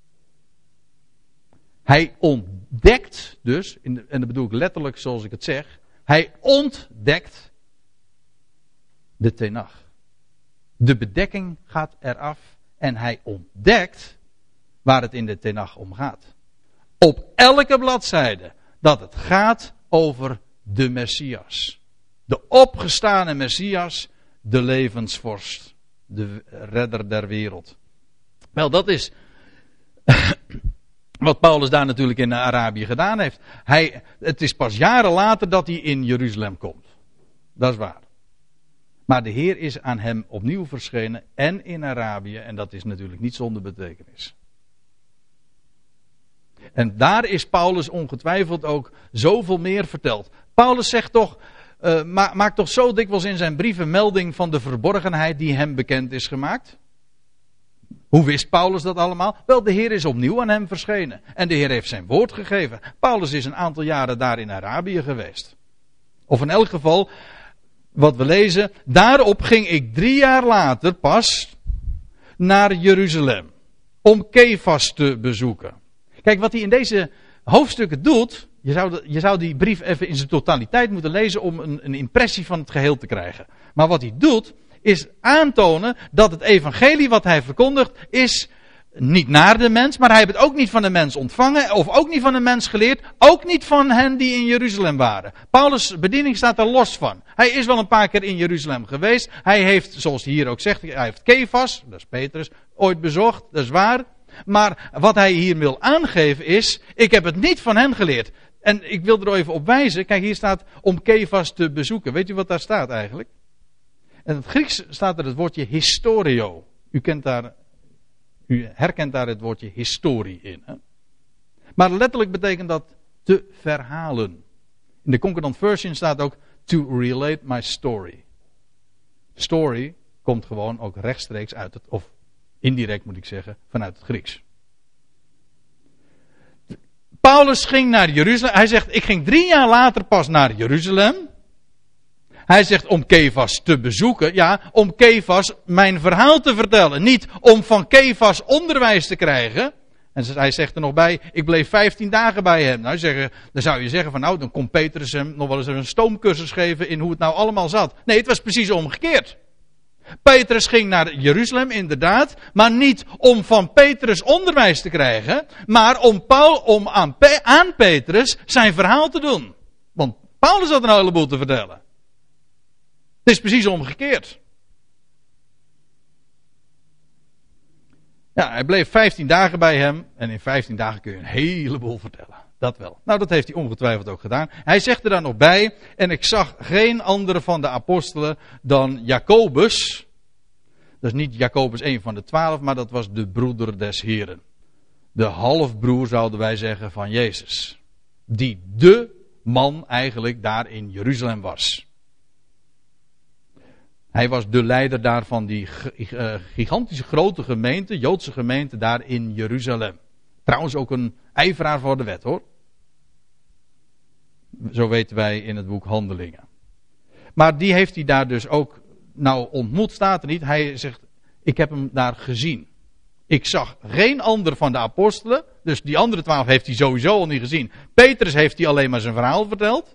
Hij ontdekt dus, en dat bedoel ik letterlijk zoals ik het zeg. Hij ontdekt de tenach. De bedekking gaat eraf en hij ontdekt waar het in de tenach om gaat. Op elke bladzijde dat het gaat over de Messias. De opgestane Messias, de levensvorst, de redder der wereld. Wel, dat is wat Paulus daar natuurlijk in Arabië gedaan heeft. Hij, het is pas jaren later dat hij in Jeruzalem komt. Dat is waar. Maar de Heer is aan hem opnieuw verschenen en in Arabië. En dat is natuurlijk niet zonder betekenis. En daar is Paulus ongetwijfeld ook zoveel meer verteld. Paulus zegt toch, uh, ma- maakt toch zo dikwijls in zijn brieven melding van de verborgenheid die hem bekend is gemaakt. Hoe wist Paulus dat allemaal? Wel, de Heer is opnieuw aan hem verschenen. En de Heer heeft zijn woord gegeven. Paulus is een aantal jaren daar in Arabië geweest. Of in elk geval, wat we lezen, daarop ging ik drie jaar later pas naar Jeruzalem. Om Kefas te bezoeken. Kijk, wat hij in deze hoofdstukken doet, je zou, de, je zou die brief even in zijn totaliteit moeten lezen om een, een impressie van het geheel te krijgen. Maar wat hij doet, is aantonen dat het evangelie wat hij verkondigt is niet naar de mens, maar hij heeft het ook niet van de mens ontvangen of ook niet van de mens geleerd, ook niet van hen die in Jeruzalem waren. Paulus' bediening staat er los van. Hij is wel een paar keer in Jeruzalem geweest. Hij heeft, zoals hij hier ook zegt, hij heeft Kefas, dat is Petrus, ooit bezocht, dat is waar. Maar wat hij hier wil aangeven is, ik heb het niet van hen geleerd. En ik wil er even op wijzen, kijk hier staat om Kefas te bezoeken. Weet u wat daar staat eigenlijk? In het Grieks staat er het woordje historio. U kent daar, u herkent daar het woordje historie in. Hè? Maar letterlijk betekent dat te verhalen. In de Concordant Version staat ook to relate my story. Story komt gewoon ook rechtstreeks uit het, of indirect moet ik zeggen, vanuit het Grieks. Paulus ging naar Jeruzalem. Hij zegt, ik ging drie jaar later pas naar Jeruzalem. Hij zegt om Kefas te bezoeken. Ja, om Kefas mijn verhaal te vertellen. Niet om van Kefas onderwijs te krijgen. En hij zegt er nog bij, ik bleef vijftien dagen bij hem. Nou, zeggen, dan zou je zeggen van nou, dan kon Petrus hem nog wel eens een stoomcursus geven in hoe het nou allemaal zat. Nee, het was precies omgekeerd. Petrus ging naar Jeruzalem, inderdaad, maar niet om van Petrus onderwijs te krijgen, maar om, Paul, om aan, Pe- aan Petrus zijn verhaal te doen. Want Paulus had een heleboel te vertellen. Het is precies omgekeerd. Ja, hij bleef vijftien dagen bij hem. En in vijftien dagen kun je een heleboel vertellen. Dat wel. Nou, dat heeft hij ongetwijfeld ook gedaan. Hij zegt er dan nog bij. En ik zag geen andere van de apostelen dan Jacobus. Dat is niet Jacobus een van de twaalf, maar dat was de broeder des Heren. De halfbroer, zouden wij zeggen, van Jezus. Die de man eigenlijk daar in Jeruzalem was. Hij was de leider daar van die gigantische grote gemeente, Joodse gemeente daar in Jeruzalem. Trouwens ook een ijveraar voor de wet, hoor. Zo weten wij in het boek Handelingen. Maar die heeft hij daar dus ook nou ontmoet, staat er niet. Hij zegt, ik heb hem daar gezien. Ik zag geen ander van de apostelen. Dus die andere twaalf heeft hij sowieso al niet gezien. Petrus heeft hij alleen maar zijn verhaal verteld.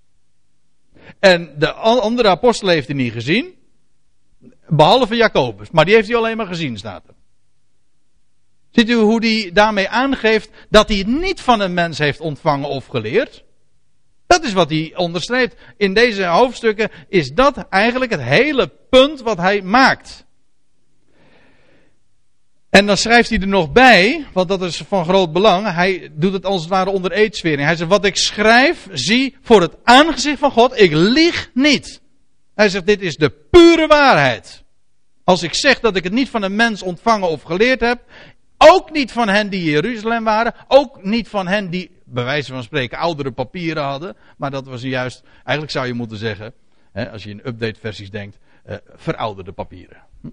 En de andere apostelen heeft hij niet gezien. Behalve Jacobus. Maar die heeft hij alleen maar gezien, staat er. Ziet u hoe hij daarmee aangeeft dat hij het niet van een mens heeft ontvangen of geleerd? Dat is wat hij onderstreept. In deze hoofdstukken is dat eigenlijk het hele punt wat hij maakt. En dan schrijft hij er nog bij, want dat is van groot belang. Hij doet het als het ware onder eedswering. Hij zegt, wat ik schrijf, zie voor het aangezicht van God, ik lieg niet. Hij zegt, dit is de pure waarheid. Als ik zeg dat ik het niet van een mens ontvangen of geleerd heb, ook niet van hen die in Jeruzalem waren, ook niet van hen die, bij wijze van spreken, oudere papieren hadden. Maar dat was juist, eigenlijk zou je moeten zeggen, hè, als je in update versies denkt, uh, verouderde papieren. Hm?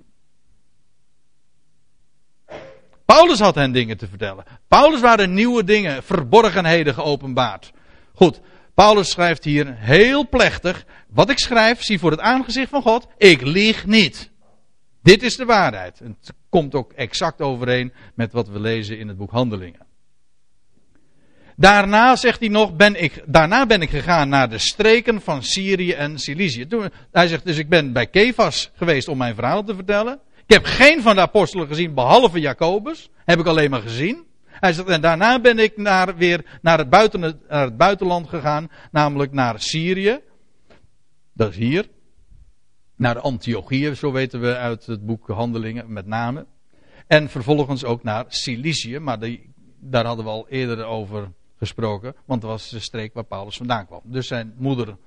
Paulus had hen dingen te vertellen. Paulus waren nieuwe dingen, verborgenheden geopenbaard. Goed, Paulus schrijft hier heel plechtig, wat ik schrijf, zie voor het aangezicht van God, ik lieg niet. Dit is de waarheid. En het komt ook exact overeen met wat we lezen in het boek Handelingen. Daarna, zegt hij nog, ben ik, daarna ben ik gegaan naar de streken van Syrië en Cilicië. Toen, hij zegt, dus ik ben bij Kefas geweest om mijn verhaal te vertellen. Ik heb geen van de apostelen gezien, behalve Jacobus. Heb ik alleen maar gezien. Hij zegt, en daarna ben ik naar, weer naar het, buiten, naar het buitenland gegaan, namelijk naar Syrië. Dat is hier. Naar Antiochië, zo weten we uit het boek Handelingen met name. En vervolgens ook naar Cilicië, maar die, daar hadden we al eerder over gesproken, want dat was de streek waar Paulus vandaan kwam. Dus zijn moederland,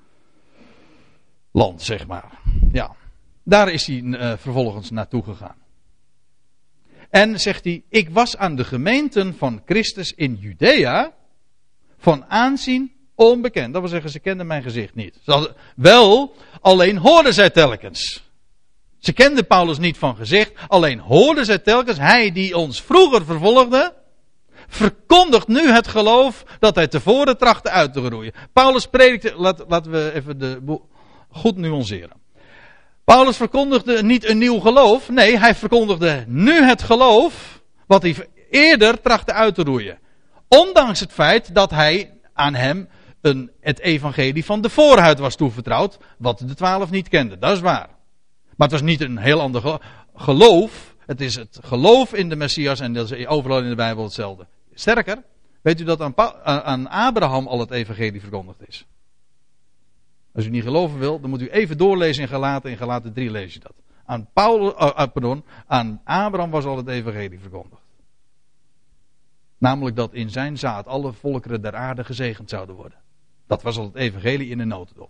zeg maar. Ja, daar is hij uh, vervolgens naartoe gegaan. En zegt hij, ik was aan de gemeenten van Christus in Judea van aanzien onbekend. Dat wil zeggen, ze kenden mijn gezicht niet. Ze hadden, wel, alleen hoorden zij telkens. Ze kenden Paulus niet van gezicht, alleen hoorden zij telkens, hij die ons vroeger vervolgde, verkondigt nu het geloof dat hij tevoren trachtte uit te roeien. Paulus predikte, laat, laten we even de boel goed nuanceren. Paulus verkondigde niet een nieuw geloof, nee, hij verkondigde nu het geloof wat hij eerder trachtte uit te roeien. Ondanks het feit dat hij aan hem een, het evangelie van de voorhuid was toevertrouwd, wat de twaalf niet kenden, dat is waar. Maar het was niet een heel ander geloof, het is het geloof in de Messias en dat is overal in de Bijbel hetzelfde. Sterker, weet u dat aan, pa- aan Abraham al het evangelie verkondigd is? Als u niet geloven wil, dan moet u even doorlezen in Galaten. In Galaten drie lees je dat. Aan, Paulus, uh, pardon, aan Abraham was al het evangelie verkondigd. Namelijk dat in zijn zaad alle volkeren der aarde gezegend zouden worden. Dat was al het evangelie in een notendop.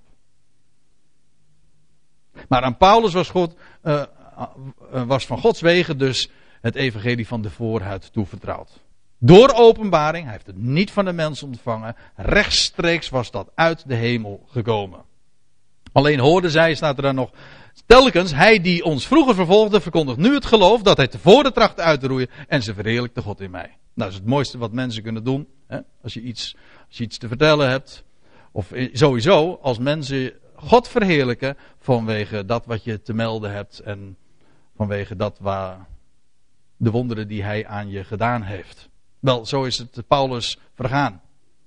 Maar aan Paulus was, God, uh, uh, was van Gods wegen dus het evangelie van de voorhuid toevertrouwd. Door openbaring, hij heeft het niet van de mens ontvangen, rechtstreeks was dat uit de hemel gekomen. Alleen hoorden zij, staat er dan nog, telkens, hij die ons vroeger vervolgde, verkondigt nu het geloof dat hij tevoren tracht uit te roeien en ze verheerlijkte God in mij. Nou, dat is het mooiste wat mensen kunnen doen, hè? Als je iets, als je iets te vertellen hebt, of sowieso, als mensen God verheerlijken vanwege dat wat je te melden hebt en vanwege dat waar de wonderen die hij aan je gedaan heeft. Wel, zo is het Paulus vergaan.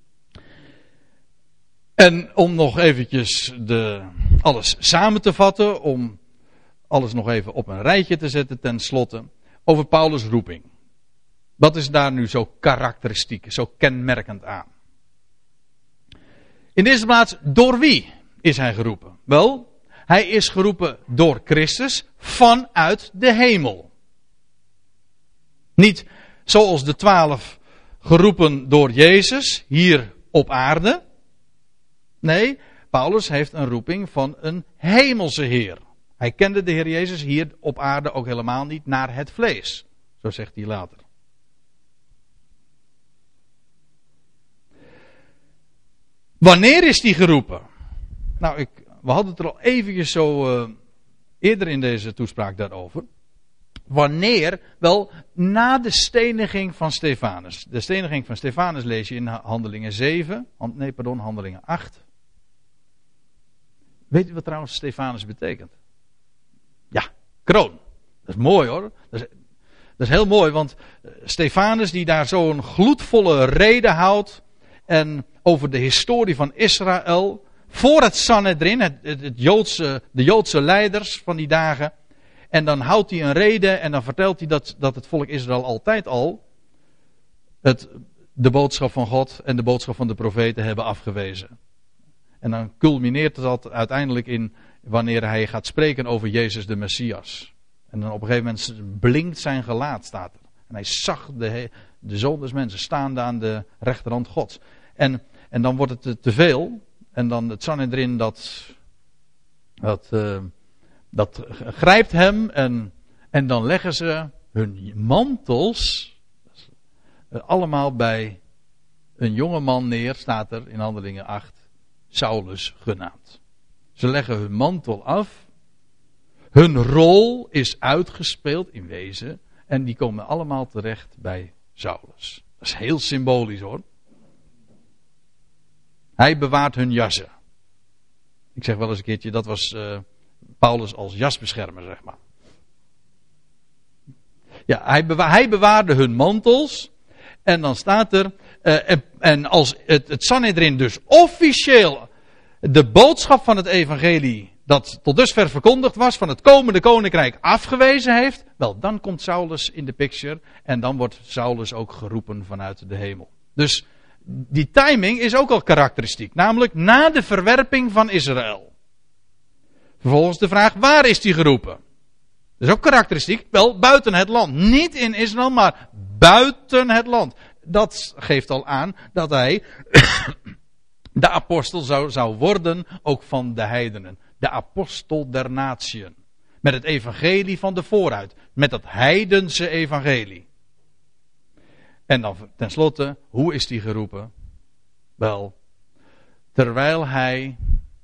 En om nog eventjes de, alles samen te vatten, om alles nog even op een rijtje te zetten ten slotte, over Paulus' roeping. Wat is daar nu zo karakteristiek, zo kenmerkend aan? In de eerste plaats, door wie is hij geroepen? Wel, hij is geroepen door Christus vanuit de hemel. Niet zoals de twaalf geroepen door Jezus hier op aarde. Nee, Paulus heeft een roeping van een hemelse Heer. Hij kende de Heer Jezus hier op aarde ook helemaal niet naar het vlees. Zo zegt hij later. Wanneer is die geroepen? Nou, ik, we hadden het er al eventjes zo uh, eerder in deze toespraak daarover. Wanneer? Wel, na de steniging van Stefanus. De steniging van Stefanus lees je in Handelingen zeven. Nee, pardon, Handelingen acht. Weet u wat trouwens Stefanus betekent? Ja, kroon. Dat is mooi hoor. Dat is, dat is heel mooi, want Stefanus die daar zo'n gloedvolle rede houdt en over de historie van Israël voor het Sanhedrin, het, het, het Joodse, de Joodse leiders van die dagen. En dan houdt hij een rede en dan vertelt hij dat, dat het volk Israël altijd al het, de boodschap van God en de boodschap van de profeten hebben afgewezen. En dan culmineert dat uiteindelijk in wanneer hij gaat spreken over Jezus de Messias. En dan op een gegeven moment blinkt zijn gelaat, staat er. En hij zag de, de zoon des mensen staande aan de rechterhand Gods. En, en dan wordt het te, te veel. En dan het Sanhedrin dat, dat, uh, dat grijpt hem. En, en dan leggen ze hun mantels uh, allemaal bij een jonge man neer, staat er in Handelingen acht. Saulus genaamd. Ze leggen hun mantel af. Hun rol is uitgespeeld in wezen. En die komen allemaal terecht bij Saulus. Dat is heel symbolisch hoor. Hij bewaart hun jassen. Ik zeg wel eens een keertje, dat was uh, Paulus als jasbeschermer, zeg maar. Ja, hij, bewa- hij bewaarde hun mantels. En dan staat er, uh, en, en als het, het Sanhedrin dus officieel de boodschap van het evangelie, dat tot dusver verkondigd was, van het komende koninkrijk afgewezen heeft, wel, dan komt Saulus in de picture en dan wordt Saulus ook geroepen vanuit de hemel. Dus die timing is ook al karakteristiek, namelijk na de verwerping van Israël. Vervolgens de vraag, waar is die geroepen? Dat is ook karakteristiek, wel buiten het land. Niet in Israël, maar buiten het land. Dat geeft al aan dat hij de apostel zou, zou worden, ook van de heidenen. De apostel der natieën. Met het evangelie van de vooruit. Met dat heidense evangelie. En dan tenslotte, hoe is die geroepen? Wel, terwijl hij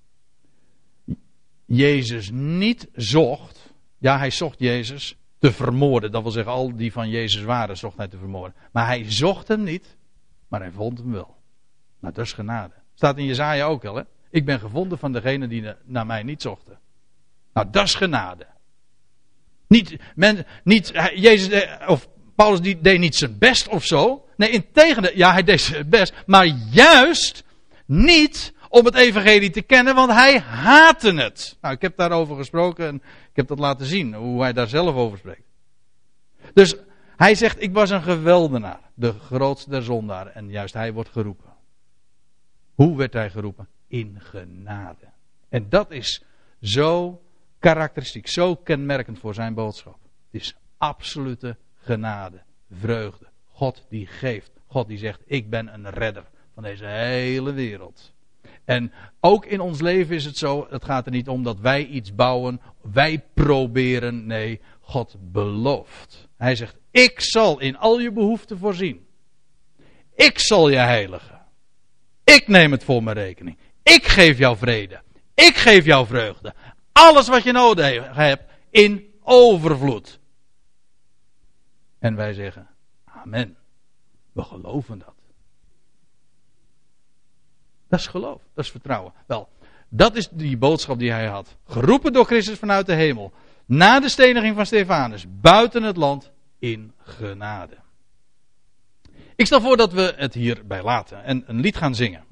Jezus niet zocht. Ja, hij zocht Jezus te vermoorden. Dat wil zeggen, al die van Jezus waren, zocht hij te vermoorden. Maar hij zocht hem niet, maar hij vond hem wel. Nou, dat is genade. Staat in Jesaja ook al, hè? Ik ben gevonden van degenen die naar mij niet zochten. Nou, dat is genade. Niet, men, niet Jezus, of Paulus die deed niet zijn best of zo. Nee, integendeel, ja, hij deed zijn best. Maar juist niet om het evangelie te kennen, want hij haatte het. Nou, ik heb daarover gesproken en ik heb dat laten zien, hoe hij daar zelf over spreekt. Dus hij zegt, ik was een geweldenaar, de grootste der zondaren. En juist hij wordt geroepen. Hoe werd hij geroepen? In genade. En dat is zo karakteristiek, zo kenmerkend voor zijn boodschap. Het is absolute genade, vreugde. God die geeft. God die zegt, ik ben een redder van deze hele wereld. En ook in ons leven is het zo, het gaat er niet om dat wij iets bouwen, wij proberen. Nee, God belooft. Hij zegt, ik zal in al je behoeften voorzien. Ik zal je heiligen. Ik neem het voor mijn rekening. Ik geef jou vrede. Ik geef jou vreugde. Alles wat je nodig hebt in overvloed. En wij zeggen, amen. We geloven dat. Dat is geloof. Dat is vertrouwen. Wel, dat is die boodschap die hij had. Geroepen door Christus vanuit de hemel. Na de steniging van Stefanus. Buiten het land. In genade. Ik stel voor dat we het hierbij laten. En een lied gaan zingen.